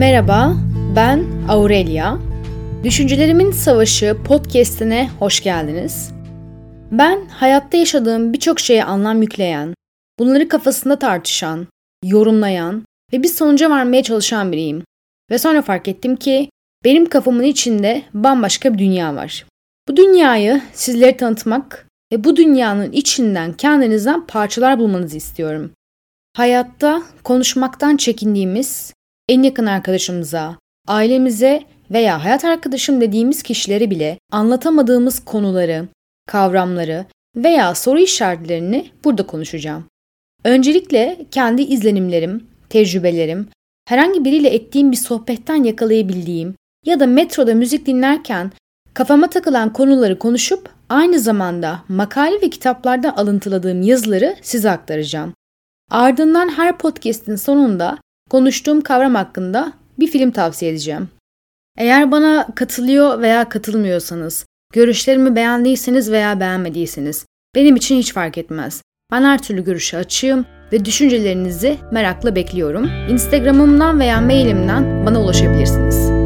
Merhaba, ben Aurelia. Düşüncelerimin Savaşı podcast'ine hoş geldiniz. Ben hayatta yaşadığım birçok şeye anlam yükleyen, bunları kafasında tartışan, yorumlayan ve bir sonuca varmaya çalışan biriyim. Ve sonra fark ettim ki benim kafamın içinde bambaşka bir dünya var. Bu dünyayı sizlere tanıtmak ve bu dünyanın içinden kendinizden parçalar bulmanızı istiyorum. Hayatta konuşmaktan çekindiğimiz en yakın arkadaşımıza, ailemize veya hayat arkadaşım dediğimiz kişilere bile anlatamadığımız konuları, kavramları veya soru işaretlerini burada konuşacağım. Öncelikle kendi izlenimlerim, tecrübelerim, herhangi biriyle ettiğim bir sohbetten yakalayabildiğim ya da metroda müzik dinlerken kafama takılan konuları konuşup aynı zamanda makale ve kitaplardan alıntıladığım yazıları size aktaracağım. Ardından her podcast'in sonunda konuştuğum kavram hakkında bir film tavsiye edeceğim. Eğer bana katılıyor veya katılmıyorsanız, görüşlerimi beğendiyseniz veya beğenmediyseniz benim için hiç fark etmez. Ben her türlü görüşe açığım ve düşüncelerinizi merakla bekliyorum. Instagram'ımdan veya mailimden bana ulaşabilirsiniz.